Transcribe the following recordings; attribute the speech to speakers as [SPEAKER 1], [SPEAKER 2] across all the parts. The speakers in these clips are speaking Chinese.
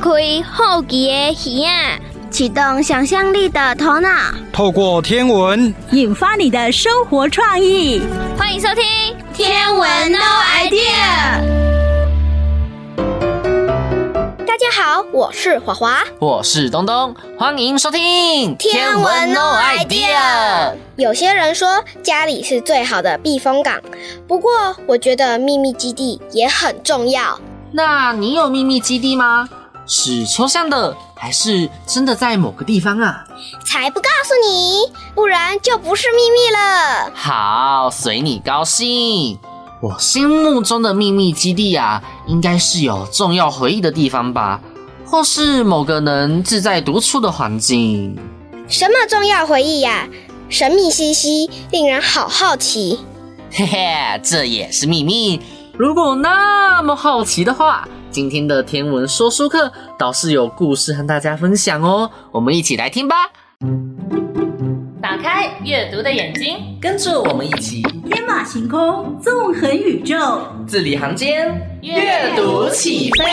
[SPEAKER 1] 开好奇的耳啊，
[SPEAKER 2] 启动想象力的头脑，
[SPEAKER 3] 透过天文
[SPEAKER 4] 引发你的生活创意。
[SPEAKER 1] 欢迎收听
[SPEAKER 2] 天文 No Idea。大家好，我是华华，
[SPEAKER 5] 我是东东，欢迎收听
[SPEAKER 2] 天文 No Idea。有些人说家里是最好的避风港，不过我觉得秘密基地也很重要。
[SPEAKER 5] 那你有秘密基地吗？是抽象的，还是真的在某个地方啊？
[SPEAKER 2] 才不告诉你，不然就不是秘密了。
[SPEAKER 5] 好，随你高兴。我心目中的秘密基地啊，应该是有重要回忆的地方吧，或是某个能自在独处的环境。
[SPEAKER 2] 什么重要回忆呀？神秘兮兮，令人好好奇。
[SPEAKER 5] 嘿嘿，这也是秘密。如果那么好奇的话，今天的天文说书课倒是有故事和大家分享哦，我们一起来听吧。
[SPEAKER 6] 打开阅读的眼睛，
[SPEAKER 5] 跟着我们一起
[SPEAKER 4] 天马行空，纵横宇宙，
[SPEAKER 5] 字里行间阅读起飞。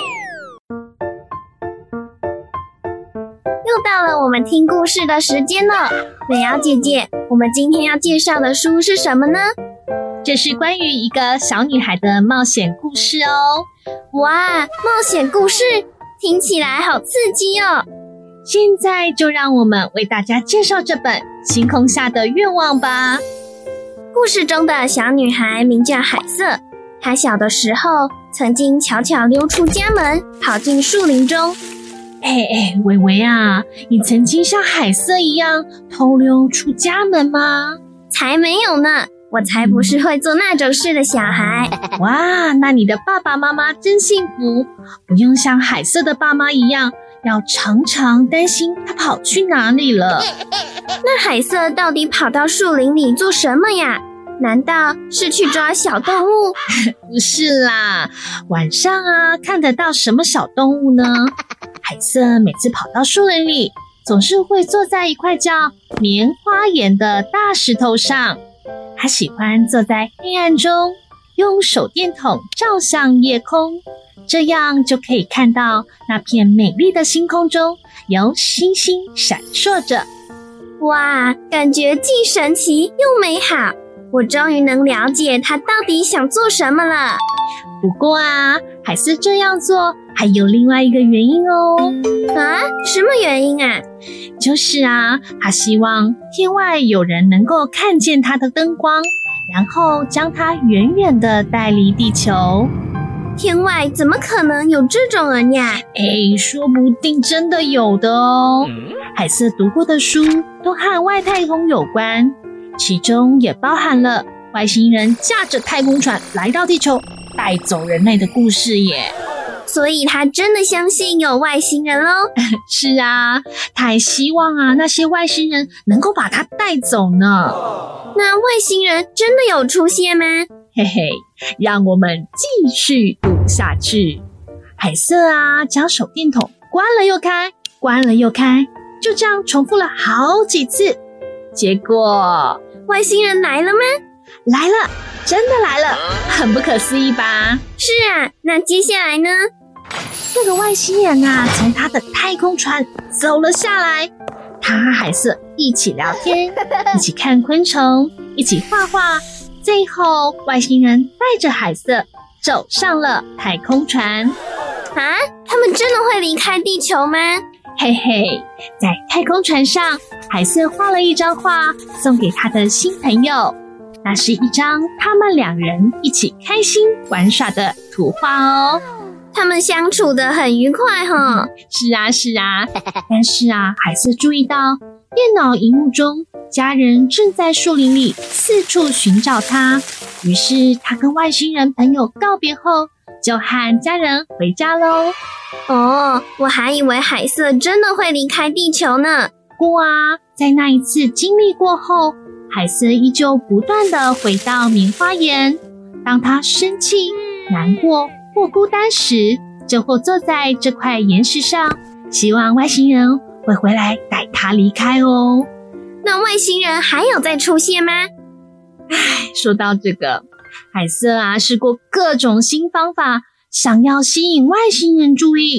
[SPEAKER 1] 又到了我们听故事的时间了。美瑶姐姐，我们今天要介绍的书是什么呢？
[SPEAKER 6] 这是关于一个小女孩的冒险故事哦。
[SPEAKER 1] 哇，冒险故事听起来好刺激哦！
[SPEAKER 6] 现在就让我们为大家介绍这本《星空下的愿望》吧。
[SPEAKER 1] 故事中的小女孩名叫海瑟，她小的时候曾经悄悄溜出家门，跑进树林中。
[SPEAKER 6] 维维啊，你曾经像海瑟一样偷溜出家门吗？
[SPEAKER 1] 才没有呢，我才不是会做那种事的小孩。
[SPEAKER 6] 哇，那你的爸爸妈妈真幸福，不用像海瑟的爸妈一样要常常担心他跑去哪里了。
[SPEAKER 1] 那海瑟到底跑到树林里做什么呀？难道是去抓小动物？
[SPEAKER 6] 不是啦，晚上啊，看得到什么小动物呢？海瑟每次跑到树林里，总是会坐在一块叫棉花岩的大石头上。他喜欢坐在黑暗中，用手电筒照向夜空，这样就可以看到那片美丽的星空中有星星闪烁着。
[SPEAKER 1] 哇，感觉既神奇又美好。我终于能了解他到底想做什么了。
[SPEAKER 6] 不过啊，海瑟这样做还有另外一个原因哦。
[SPEAKER 1] 啊，什么原因啊？
[SPEAKER 6] 就是啊，他希望天外有人能够看见他的灯光，然后将他远远地带离地球。
[SPEAKER 1] 天外怎么可能有这种人呀？
[SPEAKER 6] 说不定真的有的哦。海瑟读过的书都和外太空有关，其中也包含了外星人驾着太空船来到地球带走人类的故事耶。
[SPEAKER 1] 所以他真的相信有外星人咯？
[SPEAKER 6] 是啊，他还希望啊那些外星人能够把他带走呢。
[SPEAKER 1] 那外星人真的有出现吗？
[SPEAKER 6] 嘿嘿，让我们继续读下去。海瑟啊，将手电筒关了又开，关了又开，就这样重复了好几次。结果
[SPEAKER 1] 外星人来了吗？
[SPEAKER 6] 来了，真的来了，很不可思议吧？
[SPEAKER 1] 是啊，那接下来呢？
[SPEAKER 6] 这个外星人啊，从他的太空船走了下来，他和海瑟一起聊天，一起看昆虫，一起画画。最后，外星人带着海瑟走上了太空船。
[SPEAKER 1] 啊，他们真的会离开地球吗？
[SPEAKER 6] 嘿嘿，在太空船上，海瑟画了一张画送给他的新朋友，那是一张他们两人一起开心玩耍的图画哦。
[SPEAKER 1] 他们相处得很愉快齁。
[SPEAKER 6] 是啊是啊，但是啊，海瑟注意到电脑萤幕中家人正在树林里四处寻找他，于是他跟外星人朋友告别后，就和家人回家咯。
[SPEAKER 1] 哦，我还以为海瑟真的会离开地球呢。
[SPEAKER 6] 不过啊，在那一次经历过后，海瑟依旧不断地回到棉花岩。当他生气、难过或孤单时，就会坐在这块岩石上，希望外星人会回来带他离开哦。
[SPEAKER 1] 那外星人还有再出现吗？
[SPEAKER 6] 说到这个，海瑟啊试过各种新方法，想要吸引外星人注意，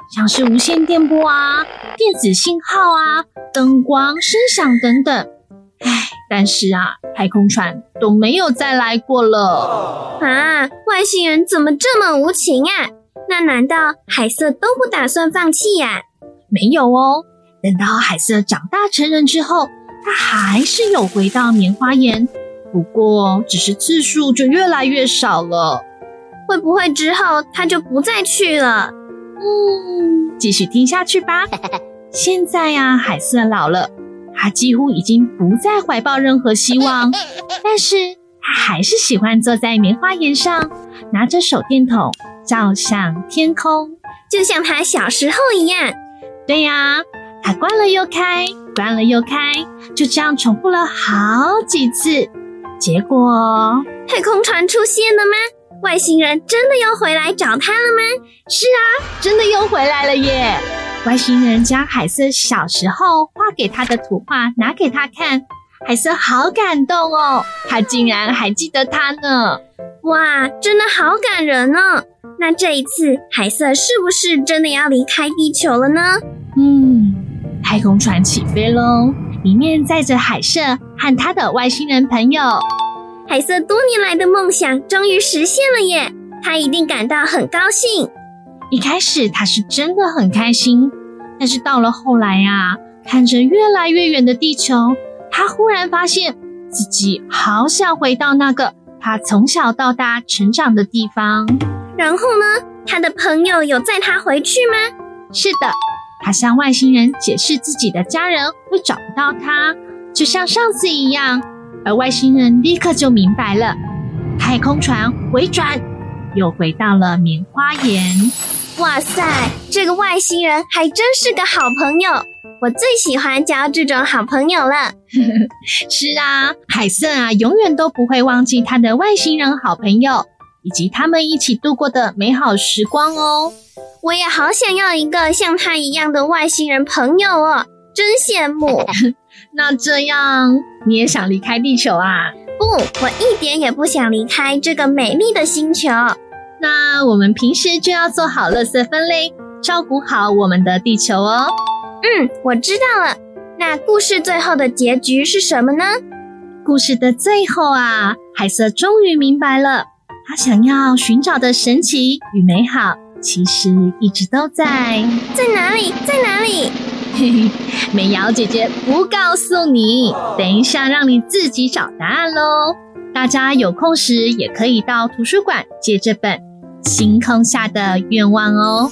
[SPEAKER 6] 像是无线电波啊、电子信号啊、灯光、声响等等。但是太空船都没有再来过了。
[SPEAKER 1] 外星人怎么这么无情啊？那难道海瑟都不打算放弃呀？
[SPEAKER 6] 没有哦，等到海瑟长大成人之后，他还是有回到棉花岩，不过只是次数就越来越少了。
[SPEAKER 1] 会不会之后他就不再去了？
[SPEAKER 6] 继续听下去吧。现在海瑟老了，他几乎已经不再怀抱任何希望，但是他还是喜欢坐在棉花岩上，拿着手电筒照向天空，
[SPEAKER 1] 就像他小时候一样。
[SPEAKER 6] 对呀，他关了又开，关了又开，就这样重复了好几次。结果，
[SPEAKER 1] 太空船出现了吗？外星人真的又回来找他了吗？
[SPEAKER 6] 是真的又回来了耶！外星人将海瑟小时候画给他的图画拿给他看，海瑟好感动哦，他竟然还记得他呢。
[SPEAKER 1] 哇，真的好感人哦！那这一次海瑟是不是真的要离开地球了呢？
[SPEAKER 6] 太空船起飞咯，里面载着海瑟和他的外星人朋友。
[SPEAKER 1] 海瑟多年来的梦想终于实现了耶，他一定感到很高兴。
[SPEAKER 6] 一开始他是真的很开心，但是到了后来看着越来越远的地球，他忽然发现自己好想回到那个他从小到大成长的地方。
[SPEAKER 1] 然后呢？他的朋友有载他回去吗？
[SPEAKER 6] 是的，他向外星人解释自己的家人会找不到他，就像上次一样，而外星人立刻就明白了。太空船回转，又回到了棉花岩。
[SPEAKER 1] 哇塞，这个外星人还真是个好朋友，我最喜欢交这种好朋友了。
[SPEAKER 6] 是海瑟永远都不会忘记他的外星人好朋友，以及他们一起度过的美好时光哦。
[SPEAKER 1] 我也好想要一个像他一样的外星人朋友哦，真羡慕。
[SPEAKER 6] 那这样你也想离开地球
[SPEAKER 1] 不，我一点也不想离开这个美丽的星球。
[SPEAKER 6] 那我们平时就要做好垃圾分类，照顾好我们的地球哦。
[SPEAKER 1] 我知道了。那故事最后的结局是什么呢？
[SPEAKER 6] 故事的最后海瑟终于明白了，他想要寻找的神奇与美好，其实一直都在
[SPEAKER 1] 哪里？在哪里？
[SPEAKER 6] 美瑶姐姐不告诉你，等一下让你自己找答案咯。大家有空时也可以到图书馆借这本《星空下的愿望》哦。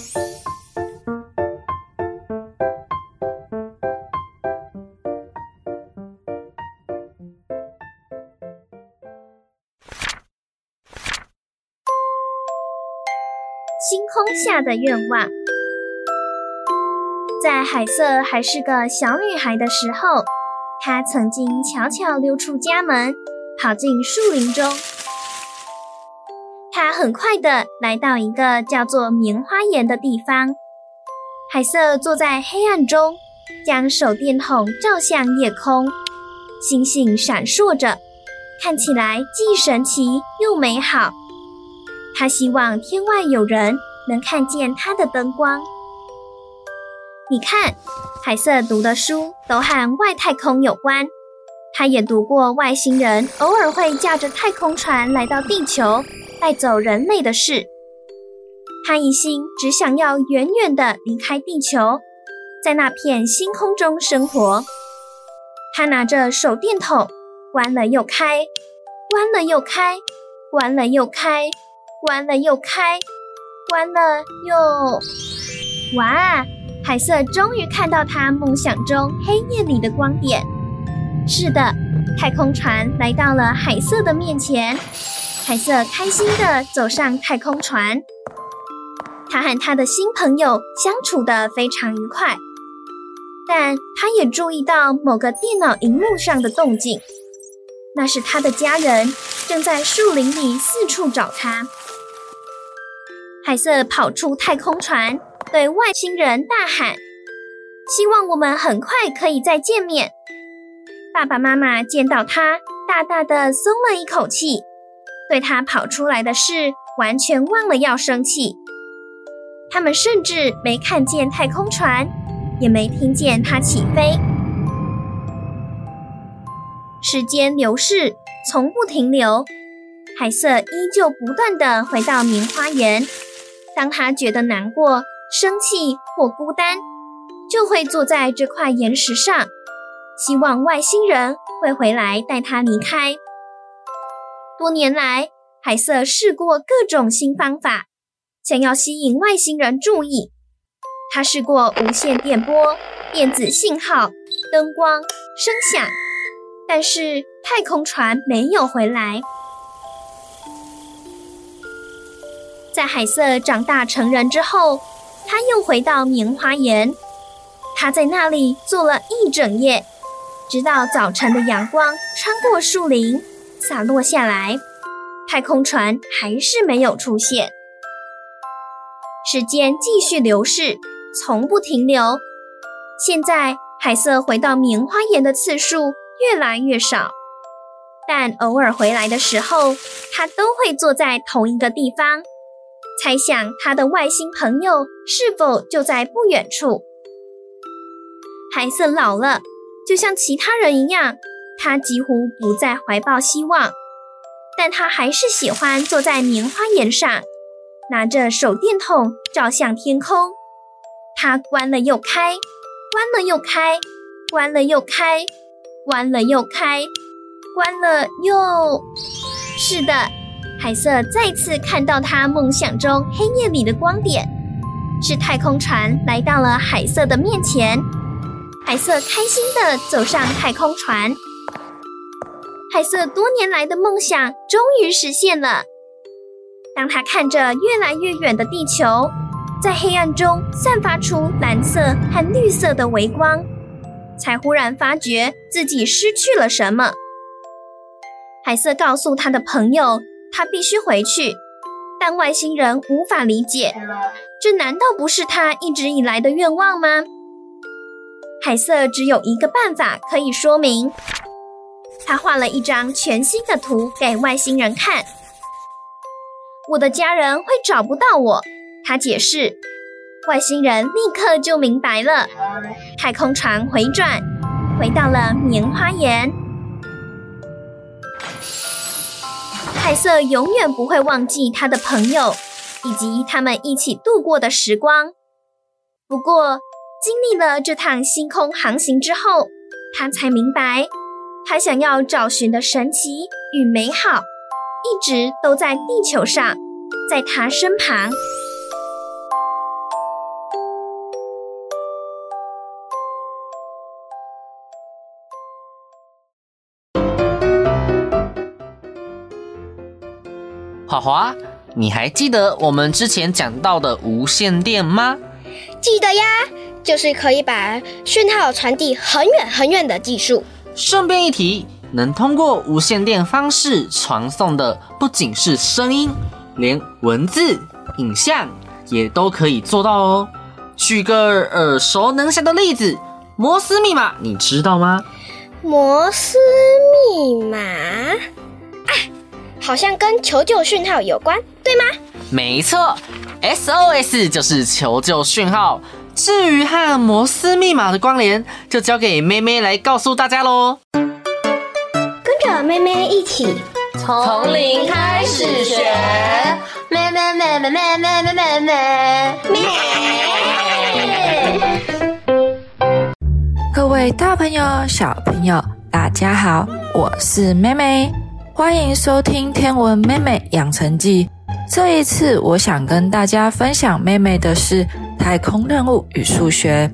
[SPEAKER 1] 星空下的愿望。在海瑟还是个小女孩的时候，她曾经悄悄溜出家门，跑进树林中。她很快地来到一个叫做棉花岩的地方。海瑟坐在黑暗中，将手电筒照向夜空，星星闪烁着，看起来既神奇又美好。她希望天外有人能看见她的灯光。你看，海瑟读的书都和外太空有关，他也读过外星人偶尔会驾着太空船来到地球，带走人类的事。他一心只想要远远地离开地球，在那片星空中生活。他拿着手电筒，关了又开，关了又开，关了又开，关了又开，关了又……哇！海瑟终于看到他梦想中黑夜里的光点。是的，太空船来到了海瑟的面前。海瑟开心地走上太空船，他和他的新朋友相处得非常愉快。但他也注意到某个电脑萤幕上的动静，那是他的家人正在树林里四处找他。海瑟跑出太空船，对外星人大喊，希望我们很快可以再见面。爸爸妈妈见到他，大大的松了一口气，对他跑出来的事完全忘了要生气。 他们甚至没看见太空船，也没听见它起飞。时间流逝，从不停留，海瑟依旧不断地回到棉花园。当他觉得难过、生气或孤单，就会坐在这块岩石上，希望外星人会回来带他离开。多年来，海瑟试过各种新方法，想要吸引外星人注意。他试过无线电波、电子信号、灯光、声响，但是太空船没有回来。在海瑟长大成人之后，他又回到棉花园。他在那里坐了一整夜，直到早晨的阳光穿过树林，洒落下来，太空船还是没有出现。时间继续流逝，从不停留。现在海瑟回到棉花园的次数越来越少，但偶尔回来的时候，他都会坐在同一个地方，猜想他的外星朋友是否就在不远处。海瑟老了，就像其他人一样，他几乎不再怀抱希望，但他还是喜欢坐在棉花园上，拿着手电筒照向天空。他关了又开，关了又开，关了又开，关了又开，关了又……是的，海瑟再次看到他梦想中黑夜里的光点，是太空船来到了海瑟的面前。海瑟开心地走上太空船，海瑟多年来的梦想终于实现了。当他看着越来越远的地球，在黑暗中散发出蓝色和绿色的微光，才忽然发觉自己失去了什么。海瑟告诉他的朋友，他必须回去，但外星人无法理解，这难道不是他一直以来的愿望吗？海瑟只有一个办法可以说明，他画了一张全新的图给外星人看。我的家人会找不到我，他解释。外星人立刻就明白了。太空船回转，回到了棉花园。海瑟永远不会忘记他的朋友，以及他们一起度过的时光。不过，经历了这趟星空航行之后，他才明白，他想要找寻的神奇与美好，一直都在地球上，在他身旁。
[SPEAKER 5] 华华，你还记得我们之前讲到的无线电吗？
[SPEAKER 2] 记得呀，就是可以把讯号传递很远很远的技术。
[SPEAKER 5] 顺便一提，能通过无线电方式传送的不仅是声音，连文字、影像也都可以做到哦。举个耳熟能详的例子，摩斯密码你知道吗？
[SPEAKER 2] 摩斯密码好像跟求救讯号有关，对吗？
[SPEAKER 5] 没错， SOS 就是求救讯号。至于和摩斯密码的关联，就交给妹妹来告诉大家咯。
[SPEAKER 2] 跟着妹妹一起
[SPEAKER 7] 从零开始学，妹妹妹妹妹妹妹妹妹妹。
[SPEAKER 8] 各位大朋友、小朋友，大家好，我是妹妹，欢迎收听天文妹妹养成记。这一次我想跟大家分享妹妹的是太空任务与数学。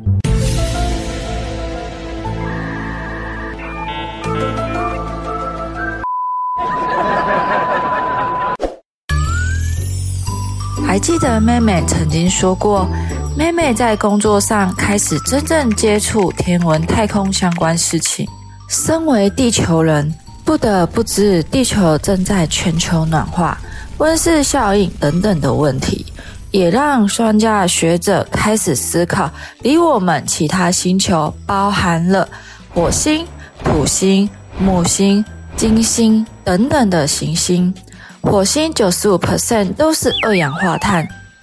[SPEAKER 8] 还记得妹妹曾经说过，妹妹在工作上开始真正接触天文太空相关事情。身为地球人，不得不知地球正在全球暖化、温室效应等等的问题，也让专家学者开始思考离我们其他星球，包含了火星、土星、木星、金星等等的行星。火星 95% 都是二氧化碳，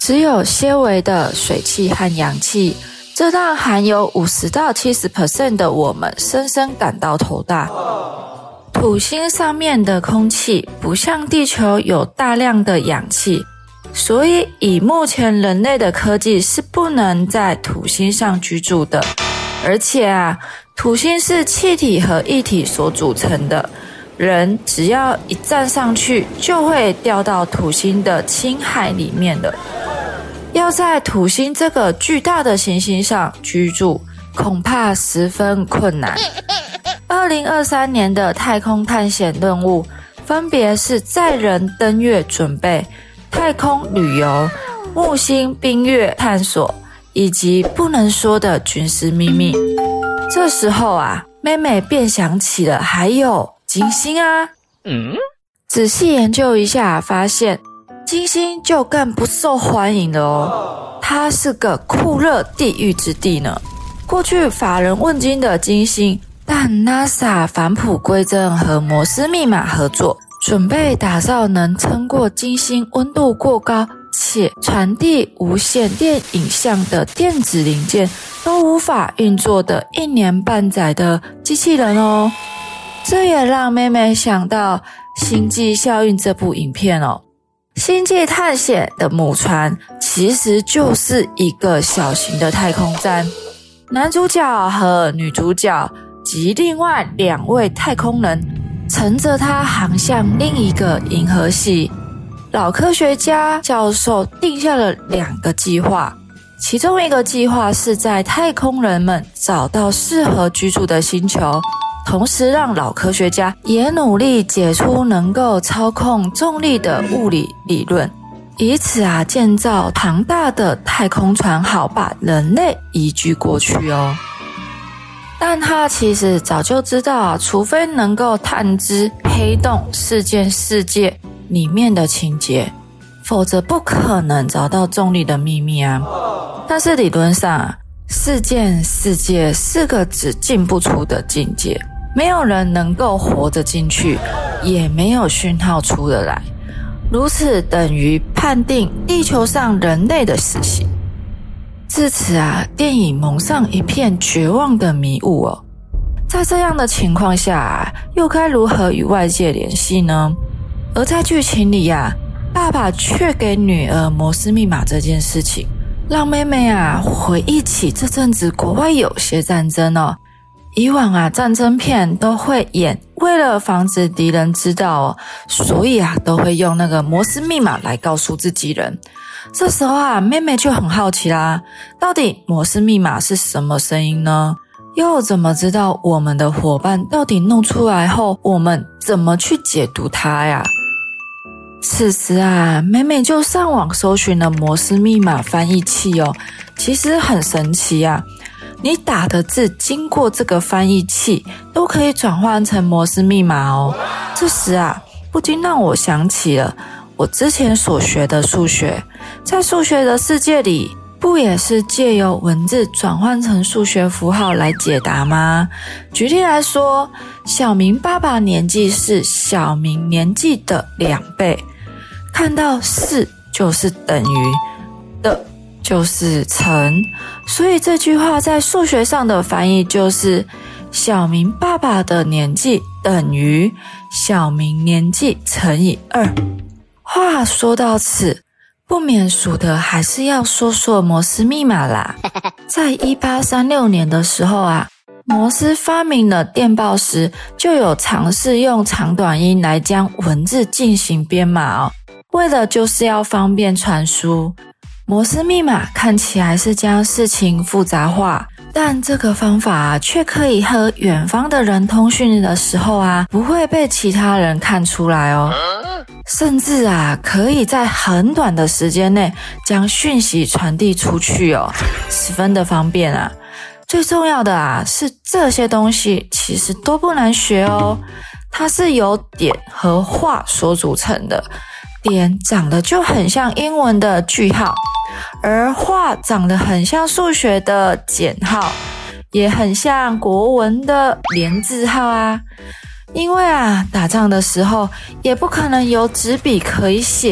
[SPEAKER 8] 只有些微的水汽和氧气，这让含有50到70% 的我们深深感到头大。土星上面的空气不像地球有大量的氧气，所以以目前人类的科技是不能在土星上居住的。而且土星是气体和液体所组成的，人只要一站上去就会掉到土星的氢海里面的。要在土星这个巨大的行星上居住，恐怕十分困难。2023年的太空探险任务分别是载人登月准备、太空旅游、木星冰月探索以及不能说的军事秘密。这时候妹妹便想起了还有金星仔细研究一下，发现金星就更不受欢迎了哦，它是个酷热地狱之地呢。过去乏人问津的金星，但 NASA 返璞归真和摩斯密码合作，准备打造能撑过金星温度过高且传递无线电影像的电子零件都无法运作的1年半载的机器人哦。这也让妹妹想到《星际效应》这部影片哦。星际探险的母船其实就是一个小型的太空站，男主角和女主角及另外2位太空人乘着它航向另一个银河系。老科学家教授定下了2个计划，其中一个计划是在太空人们找到适合居住的星球，同时让老科学家也努力解出能够操控重力的物理理论，以此建造庞大的太空船，好把人类移居过去哦。但他其实早就知道除非能够探知黑洞事件世界里面的情节，否则不可能找到重力的秘密但是理论上事件世界是个只进不出的境界，没有人能够活着进去，也没有讯号出得来，如此等于判定地球上人类的死刑。自此电影蒙上一片绝望的迷雾哦。在这样的情况下又该如何与外界联系呢？而在剧情里爸爸却给女儿摩斯密码这件事情，让妹妹回忆起这阵子国外有些战争哦。以往战争片都会演为了防止敌人知道所以都会用那个摩斯密码来告诉自己人。这时候妹妹就很好奇啦，到底摩斯密码是什么声音呢？又怎么知道我们的伙伴到底弄出来后，我们怎么去解读它呀？此时妹妹就上网搜寻了摩斯密码翻译器哦。其实很神奇你打的字经过这个翻译器都可以转换成摩斯密码哦。这时不禁让我想起了我之前所学的数学，在数学的世界里，不也是借由文字转换成数学符号来解答吗？举例来说，小明爸爸年纪是小明年纪的2倍，看到4就是等于的就是乘，所以这句话在数学上的翻译就是小明爸爸的年纪等于小明年纪乘以2。话说到此，不免俗的还是要说说摩斯密码啦。在1836年的时候摩斯发明了电报时，就有尝试用长短音来将文字进行编码为了就是要方便传输。摩斯密码看起来是将事情复杂化，但这个方法却可以和远方的人通讯的时候不会被其他人看出来哦。甚至可以在很短的时间内将讯息传递出去哦，十分的方便最重要的是这些东西其实都不难学哦，它是由点和画所组成的。点长得就很像英文的句号，而画长得很像数学的减号，也很像国文的连字号因为打仗的时候也不可能有纸笔可以写，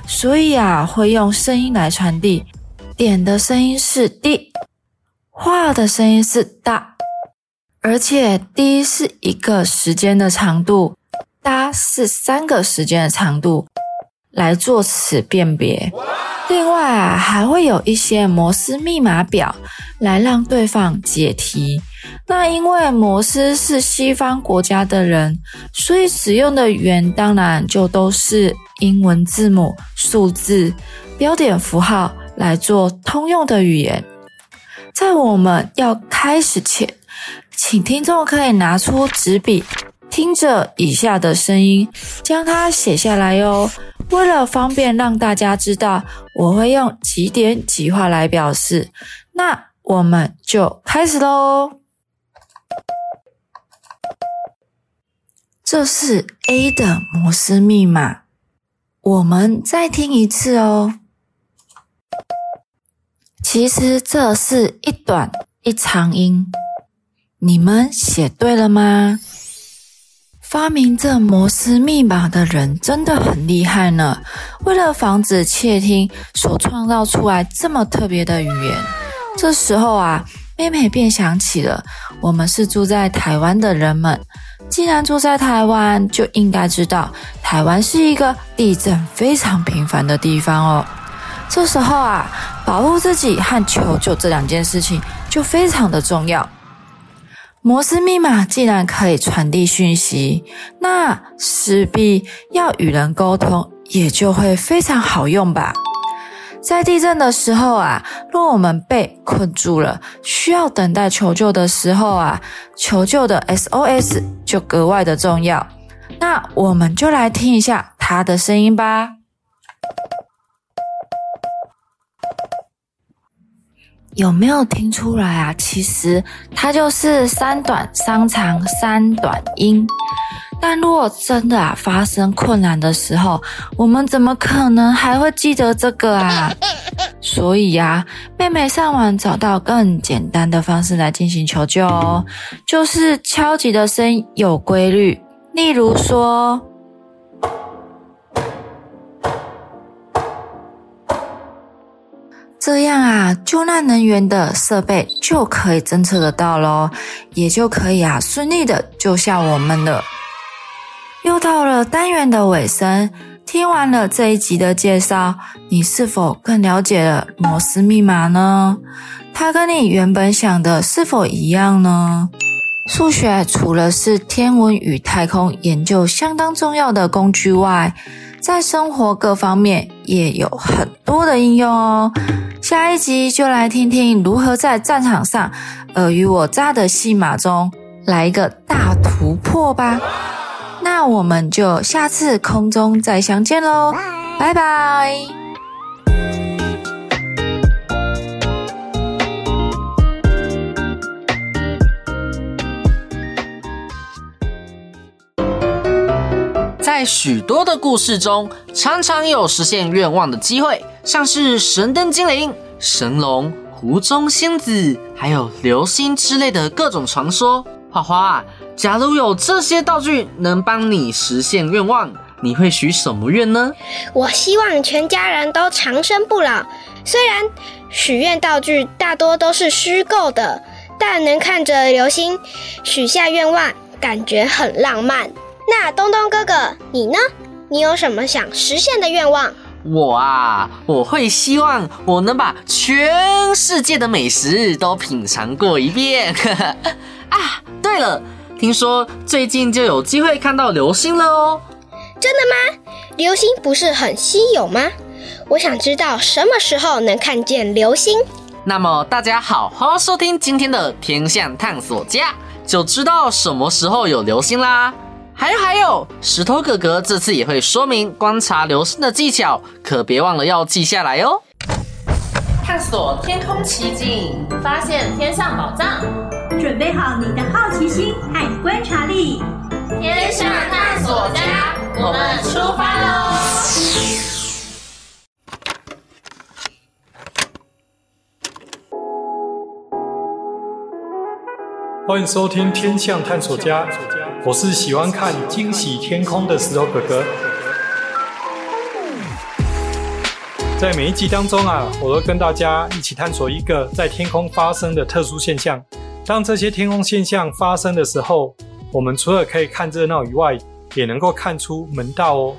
[SPEAKER 8] 所以会用声音来传递。点的声音是滴，画的声音是哒，而且滴是1个时间的长度，哒是3个时间的长度，来做此辨别。另外还会有一些摩斯密码表来让对方解题。那因为摩斯是西方国家的人，所以使用的语言当然就都是英文字母、数字、标点符号来做通用的语言。在我们要开始前，请听众可以拿出纸笔，听着以下的声音，将它写下来哟。为了方便让大家知道，我会用几点几画来表示。那我们就开始咯。这是 A 的摩斯密码，我们再听一次哦。其实这是一短一长音，你们写对了吗？发明这摩斯密码的人真的很厉害呢，为了防止窃听所创造出来这么特别的语言。这时候妹妹便想起了，我们是住在台湾的人们，既然住在台湾，就应该知道台湾是一个地震非常频繁的地方哦。这时候保护自己和求救这2件事情就非常的重要。摩斯密码既然可以传递讯息，那势必要与人沟通，也就会非常好用吧。在地震的时候若我们被困住了，需要等待求救的时候求救的 SOS 就格外的重要。那我们就来听一下它的声音吧。有没有听出来其实它就是3短3长3短音。但如果真的发生困难的时候，我们怎么可能还会记得这个所以妹妹上网找到更简单的方式来进行求救哦，就是敲击的声音有规律。例如说这样救难人员的设备就可以侦测得到咯，也就可以顺利的救下我们了。又到了单元的尾声，听完了这一集的介绍，你是否更了解了摩斯密码呢？它跟你原本想的是否一样呢？数学除了是天文与太空研究相当重要的工具外，在生活各方面也有很多的应用哦。下一集就来听听如何在战场上尔虞我诈的戏码中来一个大突破吧。那我们就下次空中再相见咯，拜拜。
[SPEAKER 5] 在许多的故事中，常常有实现愿望的机会，像是神灯精灵、神龙、湖中仙子，还有流星之类的各种传说。花花，假如有这些道具能帮你实现愿望，你会许什么愿呢？
[SPEAKER 2] 我希望全家人都长生不老。虽然许愿道具大多都是虚构的，但能看着流星许下愿望，感觉很浪漫。那东东哥哥，你呢？你有什么想实现的愿望？
[SPEAKER 5] 我会希望我能把全世界的美食都品尝过一遍。对了，听说最近就有机会看到流星了哦。
[SPEAKER 2] 真的吗？流星不是很稀有吗？我想知道什么时候能看见流星。
[SPEAKER 5] 那么大家好好收听今天的天象探索家，就知道什么时候有流星啦。还有，石头哥哥这次也会说明观察流星的技巧，可别忘了要记下来哦。探索天空奇景，
[SPEAKER 7] 发现天上宝藏，
[SPEAKER 4] 准备好你的好奇心和观察力，
[SPEAKER 7] 天象探索家，我们出发喽！
[SPEAKER 3] 欢迎收听天象探索家，我是喜欢看惊喜天空的石头哥哥。 在每一集当中啊，我都跟大家一起探索一个在天空发生的特殊现象。当这些天空现象发生的时候，我们除了可以看热闹以外，也能够看出门道哦。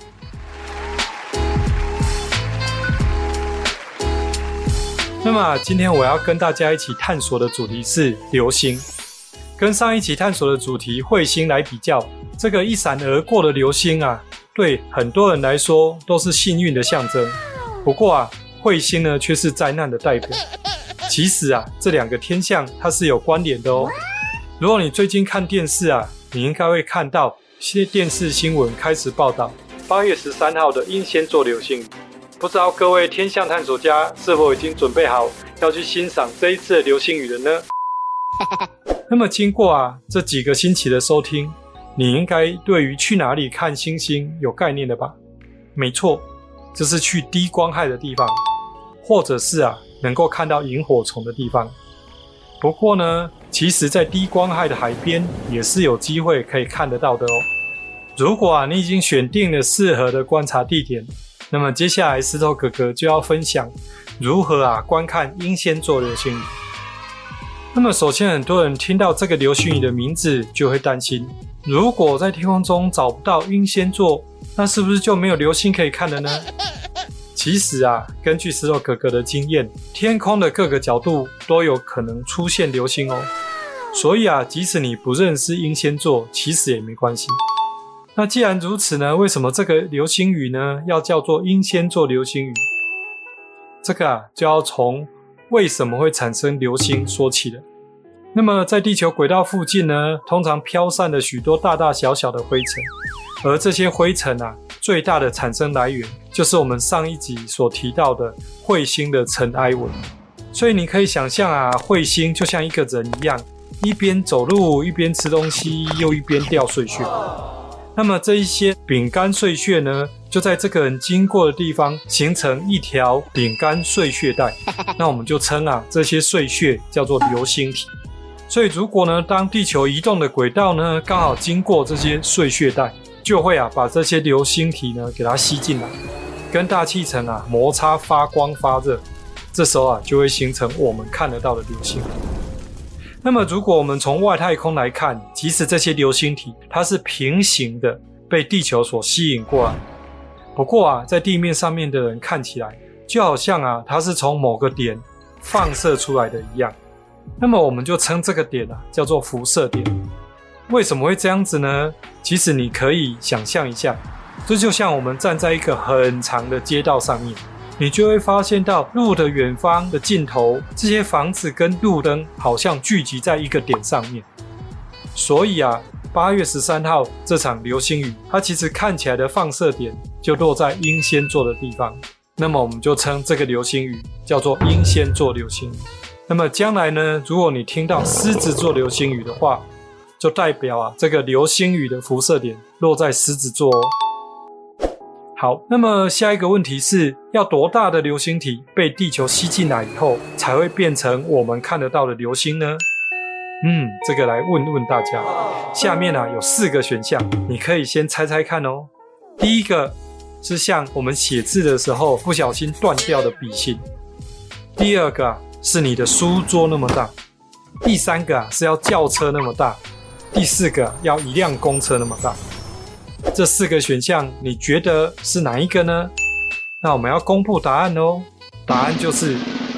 [SPEAKER 3] 那么今天我要跟大家一起探索的主题是流星。跟上一期探索的主题彗星来比较，这个一闪而过的流星啊，对很多人来说都是幸运的象征。不过啊，彗星呢却是灾难的代表。其实啊，这两个天象它是有关联的哦。如果你最近看电视啊，你应该会看到些电视新闻开始报道8月13号的英仙座流星雨。不知道各位天象探索家是否已经准备好要去欣赏这一次的流星雨了呢？那么经过啊这几个星期的收听，你应该对于去哪里看星星有概念了吧？没错，就是去低光害的地方，或者是啊能够看到萤火虫的地方。不过呢，其实在低光害的海边也是有机会可以看得到的哦。如果啊你已经选定了适合的观察地点，那么接下来石头哥哥就要分享如何啊观看英仙座流星雨。那么首先很多人听到这个流星雨的名字就会担心，如果在天空中找不到英仙座，那是不是就没有流星可以看了呢？其实啊，根据石头哥哥的经验，天空的各个角度都有可能出现流星哦。所以啊，即使你不认识英仙座，其实也没关系。那既然如此呢，为什么这个流星雨呢要叫做英仙座流星雨？这个啊就要从为什么会产生流星说起了。那么在地球轨道附近呢，通常飘散了许多大大小小的灰尘，而这些灰尘啊，最大的产生来源就是我们上一集所提到的彗星的尘埃纹。所以你可以想象啊，彗星就像一个人一样，一边走路一边吃东西，又一边掉碎屑。那么这一些饼干碎屑呢，就在这个人经过的地方形成一条饼干碎屑带，那我们就称啊这些碎屑叫做流星体。所以如果呢当地球移动的轨道呢刚好经过这些碎屑带，就会啊把这些流星体呢给它吸进来，跟大气层啊摩擦发光发热，这时候啊就会形成我们看得到的流星。那么如果我们从外太空来看，其实这些流星体它是平行的被地球所吸引过来，不过啊在地面上面的人看起来就好像啊它是从某个点放射出来的一样，那么我们就称这个点啊叫做辐射点。为什么会这样子呢？其实你可以想象一下，这就像我们站在一个很长的街道上面，你就会发现到路的远方的尽头，这些房子跟路灯好像聚集在一个点上面。所以啊8月13号这场流星雨，它其实看起来的放射点就落在英仙座的地方，那么我们就称这个流星雨叫做英仙座流星雨。那么将来呢，如果你听到狮子座流星雨的话，就代表啊这个流星雨的辐射点落在狮子座哦。好，那么下一个问题是，要多大的流星体被地球吸进来以后才会变成我们看得到的流星呢？这个来问问大家。下面啊有4个选项，你可以先猜猜看哦。第一个是像我们写字的时候不小心断掉的笔芯。第二个啊是你的书桌那么大。第三个啊是要轿车那么大。第四个要1辆公车那么大。这4个选项你觉得是哪一个呢？那我们要公布答案哦。答案就是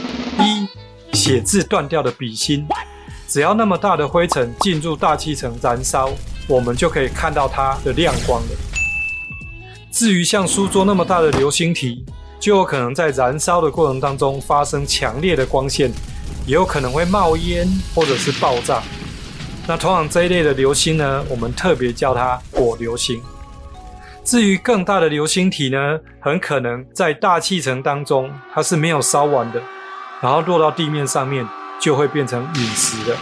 [SPEAKER 3] 1，写字断掉的笔芯。只要那么大的灰尘进入大气层燃烧，我们就可以看到它的亮光了。至于像书桌那么大的流星体，就有可能在燃烧的过程当中发生强烈的光线，也有可能会冒烟或者是爆炸。那通常这一类的流星呢，我们特别叫它火流星。至于更大的流星体呢，很可能在大气层当中它是没有烧完的，然后落到地面上面就会变成陨石了。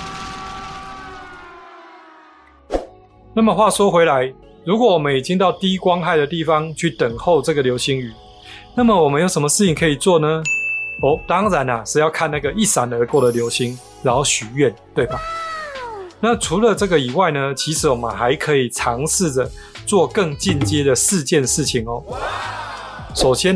[SPEAKER 3] 那么话说回来，如果我们已经到低光害的地方去等候这个流星雨，那么我们有什么事情可以做呢？当然啦，是要看那个一闪而过的流星，然后许愿，对吧？那除了这个以外呢，其实我们还可以尝试着做更进阶的4件事情哦。首先啊，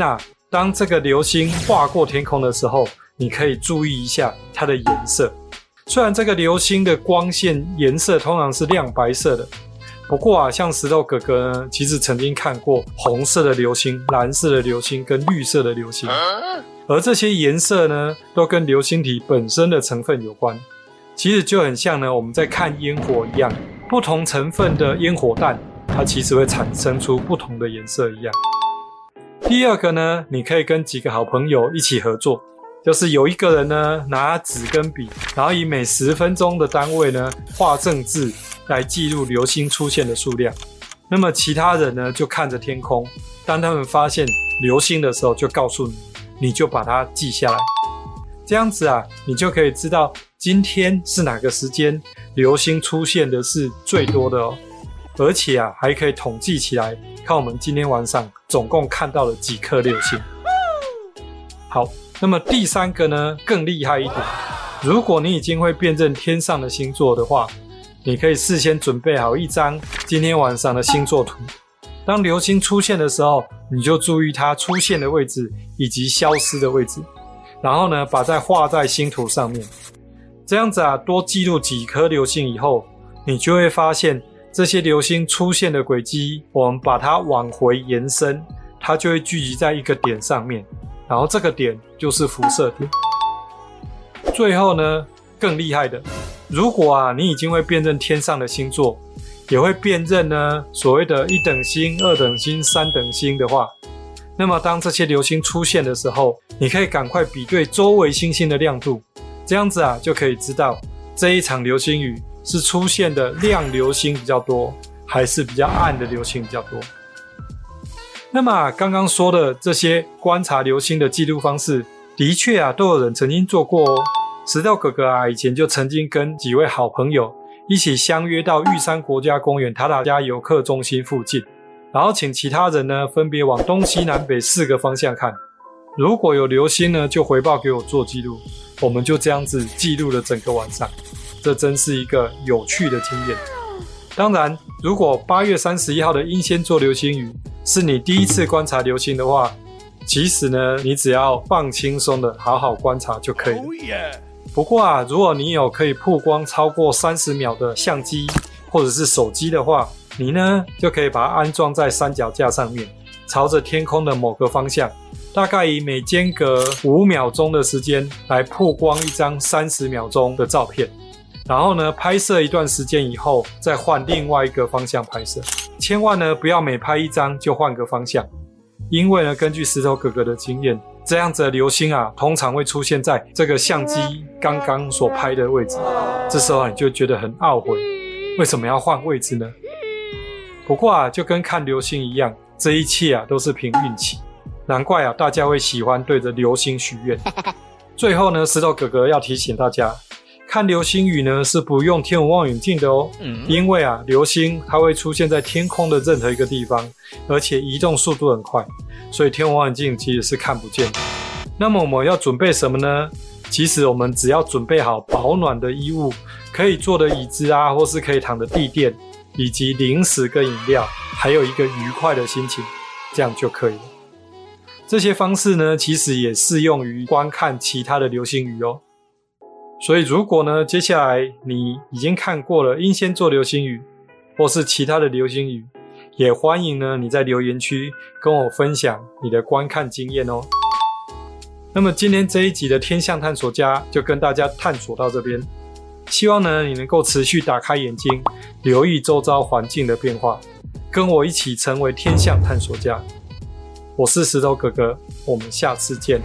[SPEAKER 3] 当这个流星划过天空的时候，你可以注意一下它的颜色。虽然这个流星的光线颜色通常是亮白色的，不过啊，像石头哥哥呢，其实曾经看过红色的流星、蓝色的流星跟绿色的流星，而这些颜色呢，都跟流星体本身的成分有关。其实就很像呢，我们在看烟火一样，不同成分的烟火弹，它其实会产生出不同的颜色一样。第二个呢，你可以跟几个好朋友一起合作，就是有一个人呢拿纸跟笔，然后以每10分钟的单位呢画正字来记录流星出现的数量。那么其他人呢就看着天空，当他们发现流星的时候就告诉你，你就把它记下来。这样子啊，你就可以知道今天是哪个时间流星出现的是最多的哦。而且啊，还可以统计起来，看我们今天晚上总共看到了几颗流星。好，那么第3个呢更厉害一点，如果你已经会辨认天上的星座的话，你可以事先准备好一张今天晚上的星座图。当流星出现的时候，你就注意它出现的位置以及消失的位置，然后呢把它画在星图上面。这样子啊，多记录几颗流星以后，你就会发现这些流星出现的轨迹，我们把它往回延伸，它就会聚集在一个点上面，然后这个点就是辐射点。最后呢，更厉害的，如果啊你已经会辨认天上的星座，也会辨认呢所谓的1等星、2等星、3等星的话，那么当这些流星出现的时候，你可以赶快比对周围星星的亮度，这样子啊就可以知道这一场流星雨是出现的亮流星比较多，还是比较暗的流星比较多。那么刚刚说的这些观察流星的记录方式，的确啊都有人曾经做过哦。石头哥哥啊以前就曾经跟几位好朋友一起相约到玉山国家公园塔塔加游客中心附近，然后请其他人呢分别往东西南北4个方向看，如果有流星呢就回报给我做记录。我们就这样子记录了整个晚上，这真是一个有趣的经验。当然，如果8月31号的英仙座流星雨是你第一次观察流星的话，其实呢你只要放轻松的好好观察就可以了。不过啊，如果你有可以曝光超过30秒的相机或者是手机的话，你呢就可以把它安装在三脚架上面，朝着天空的某个方向，大概以每间隔5秒钟的时间来曝光一张30秒钟的照片，然后呢拍摄一段时间以后再换另外一个方向拍摄。千万呢不要每拍一张就换个方向，因为呢根据石头哥哥的经验，这样子的流星啊通常会出现在这个相机刚刚所拍的位置，这时候你就觉得很懊悔，为什么要换位置呢？不过啊就跟看流星一样，这一切啊都是凭运气，难怪啊大家会喜欢对着流星许愿。最后呢，石头哥哥要提醒大家，看流星雨呢是不用天文望远镜的哦，因为啊流星它会出现在天空的任何一个地方，而且移动速度很快，所以天文望远镜其实是看不见的。那么我们要准备什么呢？其实我们只要准备好保暖的衣物，可以坐的椅子啊，或是可以躺的地垫，以及零食跟饮料，还有一个愉快的心情，这样就可以了。这些方式呢其实也适用于观看其他的流星雨哦。所以如果呢接下来你已经看过了英仙座流星雨或是其他的流星雨，也欢迎呢你在留言区跟我分享你的观看经验哦。那么今天这一集的天象探索家就跟大家探索到这边，希望呢你能够持续打开眼睛，留意周遭环境的变化，跟我一起成为天象探索家。我是石头哥哥，我们下次见。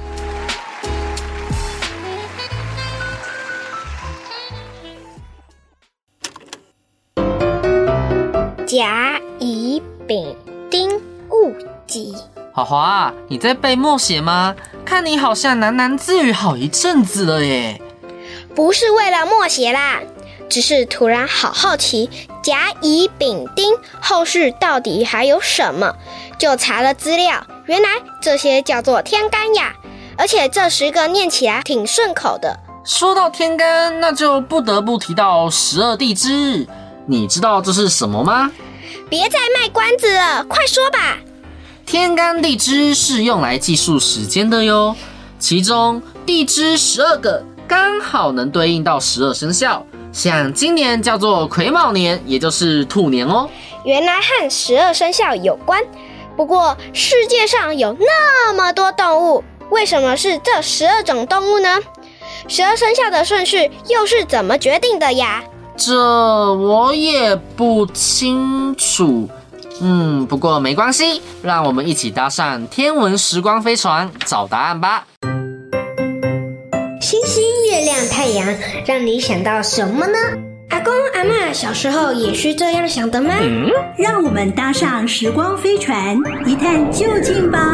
[SPEAKER 2] 甲乙丙丁戊己。
[SPEAKER 5] 华华，你在背默写吗？看你好像喃喃自语好一阵子了耶。
[SPEAKER 2] 不是为了默写啦，只是突然好好奇甲乙丙丁后续到底还有什么，就查了资料，原来这些叫做天干呀，而且这10个念起来挺顺口的。
[SPEAKER 5] 说到天干，那就不得不提到12地支，你知道这是什么吗？
[SPEAKER 2] 别再卖关子了，快说吧。
[SPEAKER 5] 天干地支是用来计数时间的哟，其中地支12个刚好能对应到12生肖，像今年叫做癸卯年，也就是兔年哦。
[SPEAKER 2] 原来和12生肖有关。不过世界上有那么多动物，为什么是这12种动物呢？12生肖的顺序又是怎么决定的呀？
[SPEAKER 5] 这我也不清楚。不过没关系，让我们一起搭上天文时光飞船找答案吧。
[SPEAKER 2] 星星、月亮、太阳，让你想到什么呢？阿公阿嬷小时候也是这样想的吗？
[SPEAKER 4] 让我们搭上时光飞船，一探究竟吧。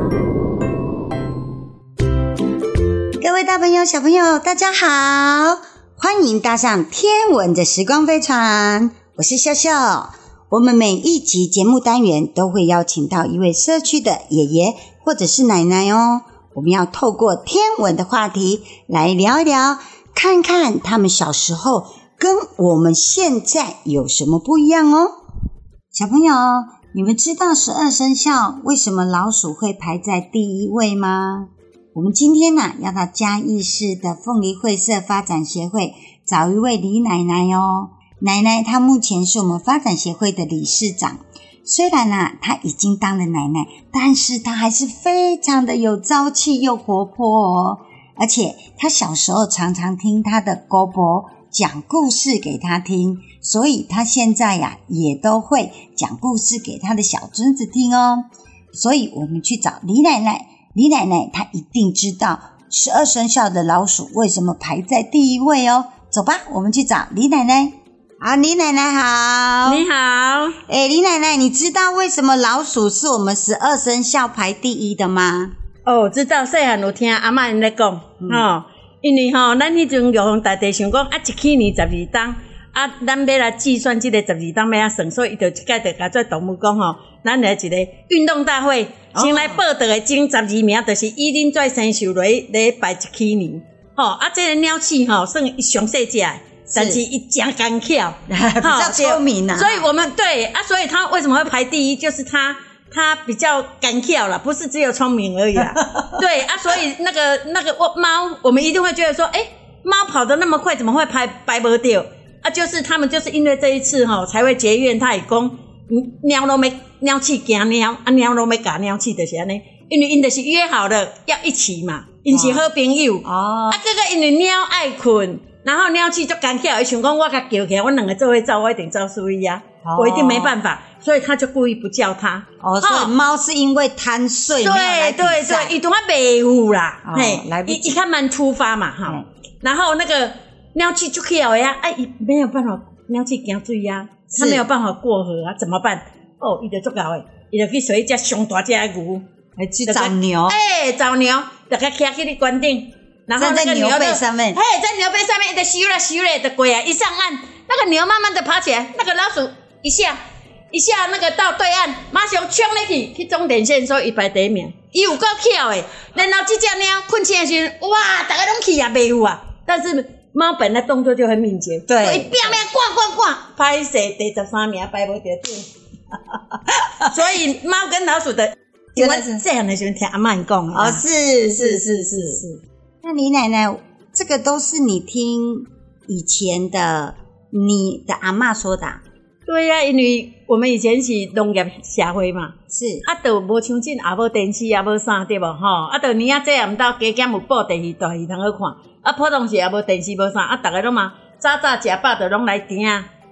[SPEAKER 9] 各位大朋友、小朋友，大家好，欢迎搭上天文的时光飞船，我是笑笑。我们每一集节目单元都会邀请到一位社区的爷爷或者是奶奶哦，我们要透过天文的话题来聊一聊，看看他们小时候跟我们现在有什么不一样哦。小朋友，你们知道12生肖为什么老鼠会排在第一位吗？我们今天要到嘉义市的凤梨会社发展协会找一位李奶奶哦。奶奶她目前是我们发展协会的理事长，虽然她已经当了奶奶，但是她还是非常的有朝气又活泼哦。而且她小时候常常听她的姑婆讲故事给她听，所以她现在也都会讲故事给她的小孙子听哦。所以我们去找李奶奶，李奶奶她一定知道12生肖的老鼠为什么排在第一位哦。走吧，我们去找李奶奶。好，李奶奶好。
[SPEAKER 10] 你好。
[SPEAKER 9] 李奶奶，你知道为什么老鼠是我们12生肖排第一的吗？
[SPEAKER 10] 知道，细汉有听阿嬷因咧讲，因为咱迄阵玉皇大帝想讲一起年12冬，咱要来计算这个12冬要算，所以伊就一概就甲做动物讲咱来一个运动大会，先来报道的前12名，就是以恁做生肖来排一起年。这个鸟鼠算上细只的。但是伊真干巧，
[SPEAKER 9] 比较聪明
[SPEAKER 10] 所以我们对所以他为什么会排第一？就是他比较干巧啦，不是只有聪明而已啦。对所以那个猫，我们一定会觉得说，猫跑得那么快，怎么会排不掉？就是他们就是因为这一次才会结怨，他也讲鸟都没鸟鼠惊鸟，鸟都没咬鸟鼠，就是安尼，因为因就是约好了要一起嘛，因是好朋友结果因为鸟爱困。然后鸟鼠就干巧，伊想讲我甲叫起来，我两个做伙走，我一定照输伊我一定没办法，所以他就故意不叫他。
[SPEAKER 9] 所以猫是因为贪睡没有来比赛。
[SPEAKER 10] 对，伊都袂有啦，伊较慢出发嘛，然后那个鸟鼠就巧呀，伊没有办法，鸟鼠惊水他没有办法过河怎么办？伊就足够诶，伊就去找一只上大只的牛，
[SPEAKER 9] 去找牛，
[SPEAKER 10] 找牛，就甲骑去你关顶。然后那个牛
[SPEAKER 9] 背上面，
[SPEAKER 10] 在牛背上面，它咻啦就过来，一上岸，那个牛慢慢的爬起来，那个老鼠一下那个到对岸，马上冲入去终点线，所以伊排第一名。伊有够巧的，然后这只鸟困醒的时候，哇，大家拢去袂有但是猫本来动作就很敏捷，
[SPEAKER 9] 对，
[SPEAKER 10] 所以拼赶，拍死第13名，排不到顶。所以猫跟老鼠的，我这样的时候听阿嬷讲是。
[SPEAKER 9] 那李奶奶，这个都是你听以前的你的阿嬷说的
[SPEAKER 10] 对因为我们以前是农业社会嘛，
[SPEAKER 9] 是
[SPEAKER 10] 就无像这也无电视也无啥对无就年仔这也毋到加减有报电视大戏通好看，普通时也无电视无啥大家拢嘛早食饱就拢来订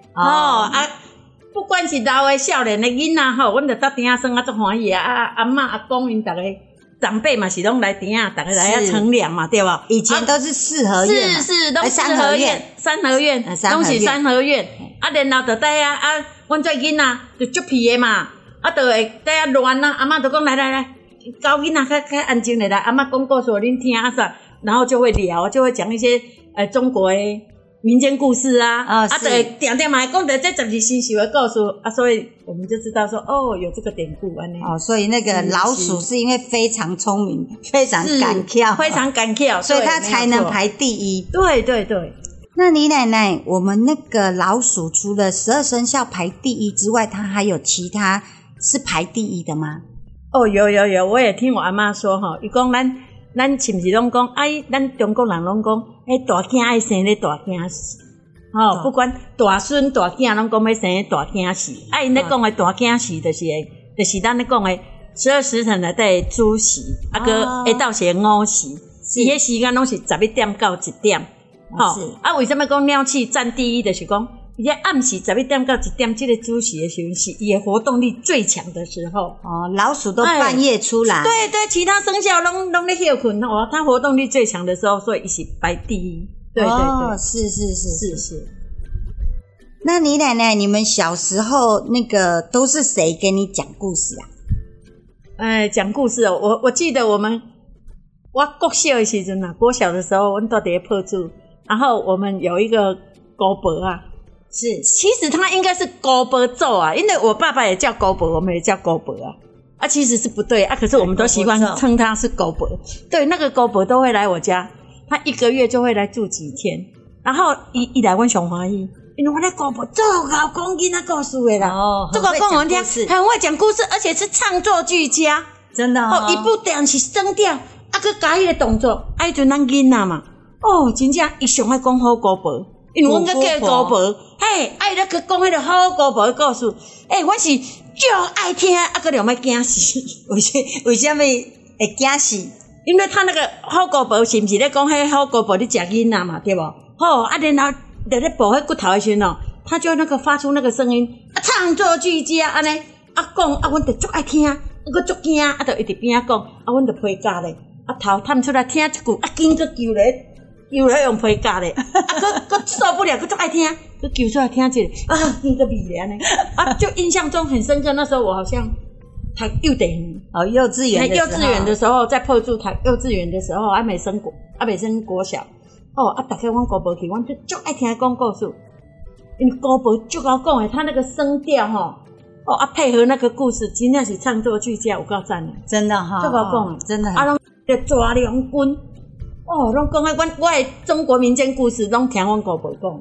[SPEAKER 10] 不管是老的少年的囡仔阮就搭订算足欢喜阿嬷阿公因大家长辈嘛是拢来订大家来乘凉嘛对无？
[SPEAKER 9] 以前都是四合院嘛，
[SPEAKER 10] 是都四合院，三合院拢是三合院然后就在阮做囡仔就足皮的嘛就会在乱阿嬷就讲来教囡仔较安静的来阿嬷讲故事恁听啥，然后就会聊，就会讲一些中国的民间故事就会定定嘛讲到这12生肖的故事所以我们就知道说有这个典故
[SPEAKER 9] 所以那个老鼠是因为非常聪明，非常敢跳，
[SPEAKER 10] 非常敢跳，
[SPEAKER 9] 所以它才能排第一。
[SPEAKER 10] 对。
[SPEAKER 9] 那李奶奶，我们那个老鼠除了12生肖排第一之外，它还有其他是排第一的吗？
[SPEAKER 10] 哦，有，我也听我阿嬷说哈，伊讲咱是不是拢讲，咱中国人拢讲，大囝爱生咧大囝死，不管大孙大囝拢讲要生咧大囝死，因咧讲的大囝死就是咱咧讲的12时辰内底主时，个下昼是午时，伊迄时间拢是11点到1点，为什么讲鸟鼠占第一？就是讲。伊在暗时11点到1点，这个主时的时候是伊的活动力最强的时候。
[SPEAKER 9] 老鼠都半夜出来。
[SPEAKER 10] 对，其他生肖拢在休困它活动力最强的时候，所以伊是排第一。对，是。
[SPEAKER 9] 那李奶奶，你们小时候那个都是谁给你讲故事啊？
[SPEAKER 10] 讲故事哦，我记得我国小的时阵国小的时候，我们到底破住，然后我们有一个姑婆啊。
[SPEAKER 9] 是，
[SPEAKER 10] 其实他应该是姑婆祖啊，因为我爸爸也叫姑婆，我们也叫姑婆啊，其实是不对啊，可是我们都习惯称他是姑婆。对，那个姑婆都会来我家，他1个月就会来住几天，然后一来我上欢喜，因为我那姑婆最好讲囡仔故事的啦，最好讲我们听，很会讲故事，而且是唱作俱佳，
[SPEAKER 9] 真的
[SPEAKER 10] 伊不但是声调，佮加迄个动作，迄阵咱囡仔嘛，真正伊上爱讲好姑婆。因为阮个叫姑婆，爱咧去讲迄个好姑婆的故事，阮是足爱听，佮两要惊死。
[SPEAKER 9] 为什么会惊死？
[SPEAKER 10] 因为他那个好姑婆是毋是咧讲迄好姑婆咧食囡仔嘛，对无？然后在咧剥迄骨头的时阵他就那个发出那个声音，唱作俱佳安尼，讲阮就足爱听，佮足惊，就一直边讲，阮就批假咧，头探出来听一句，紧个救咧。又来用批假咧，佮受不了，佮足爱听，佮揪出来听一下，那个味咧安尼，就印象中很深刻。那时候我好像读幼稚园的时候，在破处读幼稚园的时候，还没升国小，大家阮姑婆去，阮就足爱听讲故事，因为姑婆足好讲诶，他那个声调配合那个故事，真正是唱作俱佳，有够赞的，
[SPEAKER 9] 真的
[SPEAKER 10] 足好讲，
[SPEAKER 9] 真的。
[SPEAKER 10] 拢抓良军。拢讲我的中国民间故事，拢听阮姑婆讲。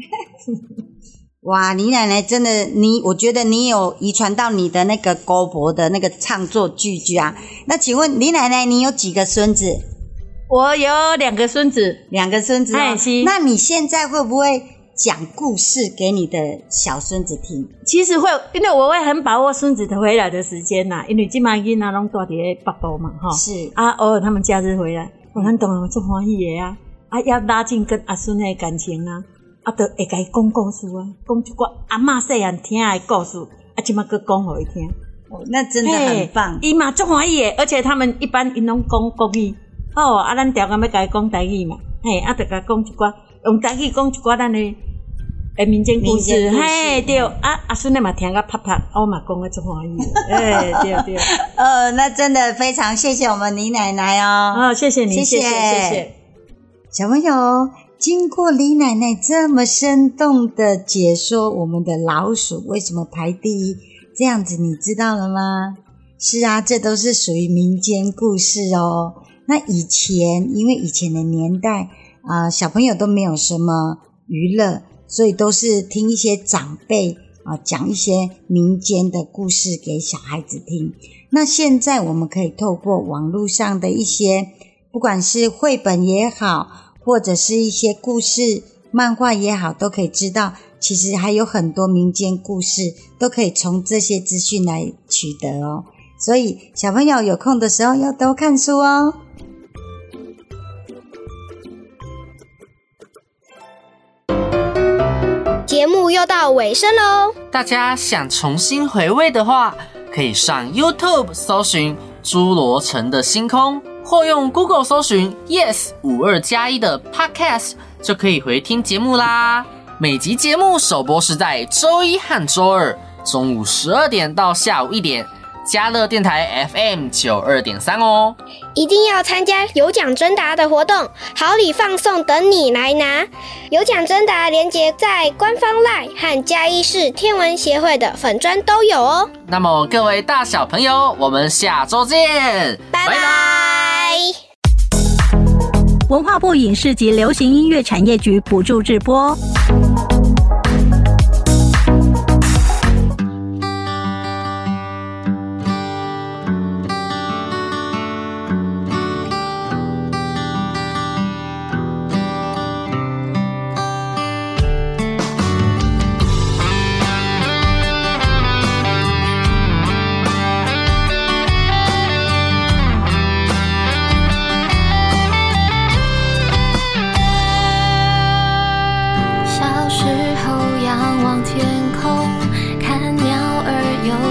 [SPEAKER 9] 哇，李奶奶真的，我觉得你有遗传到你的那个姑婆的那个唱作俱佳。那请问李奶奶，你有几个孙子？
[SPEAKER 10] 我有2个孙子
[SPEAKER 9] ，2个孙子那你现在会不会讲故事给你的小孙子听？
[SPEAKER 10] 其实会，因为我会很把握孙子回来的时间呐，因为现在囡仔拢住伫咧北部嘛，
[SPEAKER 9] 是
[SPEAKER 10] 偶尔他们假日回来。咱当然足欢喜的要拉近跟阿孙的感情就会甲伊讲故事讲一寡阿嬷细汉听的故事，现在佮讲互伊听。
[SPEAKER 9] 那真的很棒。
[SPEAKER 10] 伊嘛足欢喜的，而且他们一般因拢讲国语，咱条件要甲伊讲台语嘛，就甲讲一寡用台语讲一寡咱的民间故事，对，阿孙的嘛听个啪啪，我嘛讲个足欢喜，对。
[SPEAKER 9] 那真的非常谢谢我们李奶奶
[SPEAKER 10] 谢谢你，谢谢。
[SPEAKER 9] 小朋友，经过李奶奶这么生动的解说我们的老鼠为什么排第一，这样子你知道了吗？是啊，这都是属于民间故事哦。那因为以前的年代小朋友都没有什么娱乐，所以都是听一些长辈讲一些民间的故事给小孩子听。那现在我们可以透过网络上的一些，不管是绘本也好，或者是一些故事漫画也好，都可以知道其实还有很多民间故事都可以从这些资讯来取得哦。所以小朋友有空的时候要多看书哦。
[SPEAKER 2] 节目又到尾声喽，
[SPEAKER 5] 大家想重新回味的话，可以上 YouTube 搜寻侏罗城的星空，或用 Google 搜寻 Yes52+1的 Podcast 就可以回听节目啦。每集节目首播是在周一和周二中午12点到下午1点，嘉乐电台 FM92.3 哦。
[SPEAKER 2] 一定要参加有奖征答的活动，好礼放送等你来拿。有奖征答连结在官方 LINE 和嘉义市天文协会的粉专都有哦。
[SPEAKER 5] 那么各位大小朋友，我们下周见，
[SPEAKER 2] 拜拜。
[SPEAKER 4] 文化部影视及流行音乐产业局补助制播。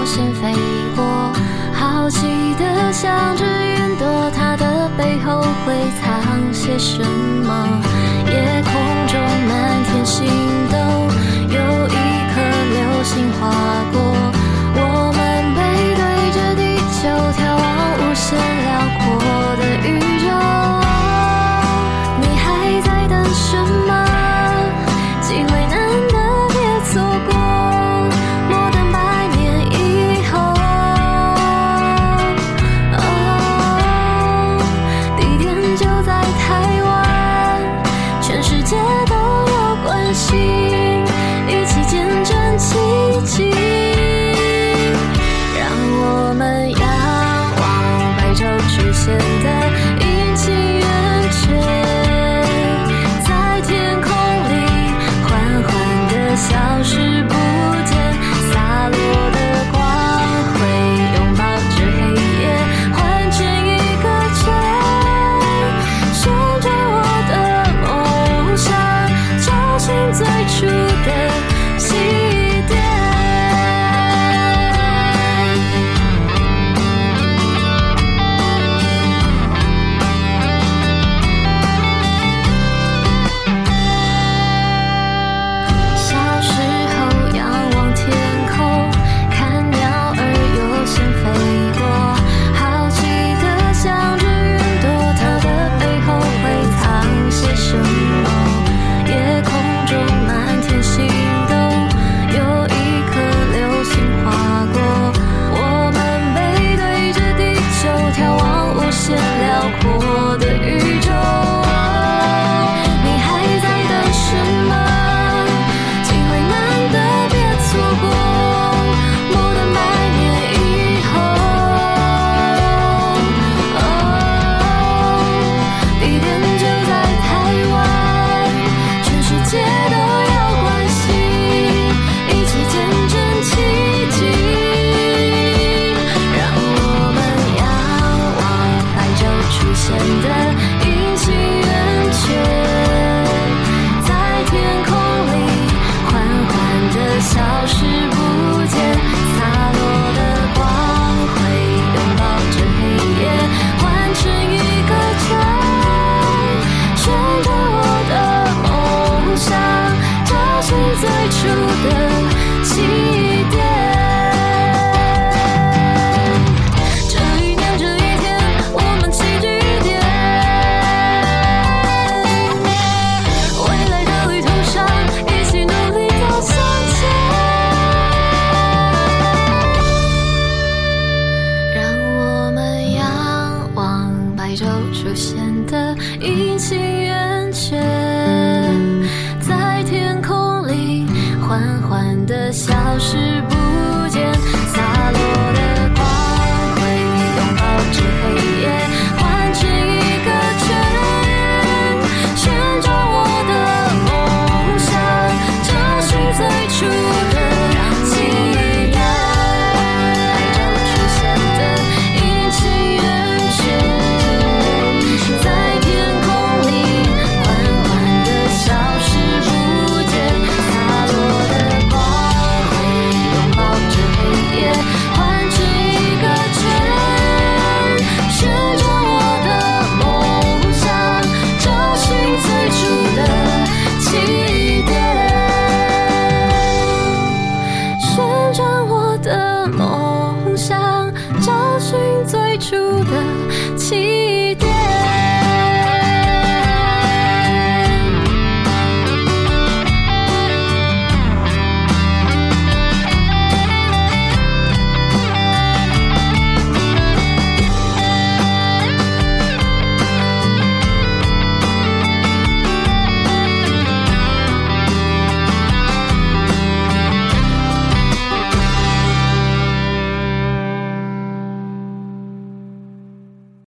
[SPEAKER 11] 流星飞过，好奇的想着云朵，它的背后会藏些什么？夜空中满天星斗，有一颗流星划过，我们背对着地球，眺望无限辽阔的宇宙。你还在等什么？机会难得，别错过。莫等百年以后。地点就在台湾，全世界都有关心，一起见证奇迹。让我们仰望白昼出现的阴晴圆缺，在天空里缓缓地消失不见，洒落的光辉拥抱着黑夜，换成一个圈，旋转我的梦想，找寻最初的起点。小时候仰望天空，看鸟儿游行飞过，好奇的想着云朵，它的背后会藏些什么？夜空中满天星斗，有一颗流星划过，我们背对着地球，眺望无限辽阔的宇宙。你还在等什么？机会难得，别错过，莫等百年以后。地点就在台湾，全世界都有关系，一起见证奇迹。让我们仰望白昼出现的阴晴圆缺，在天空里缓缓地消失不见，洒落的光辉拥抱着黑夜，换成一个圈，旋转我的梦想，找寻最初的起点。这一年这一天，我们齐聚一点，未来的旅途上，一起努力走向前。让我们仰望白昼出现的阴晴圆缺，在天空里缓缓地消失不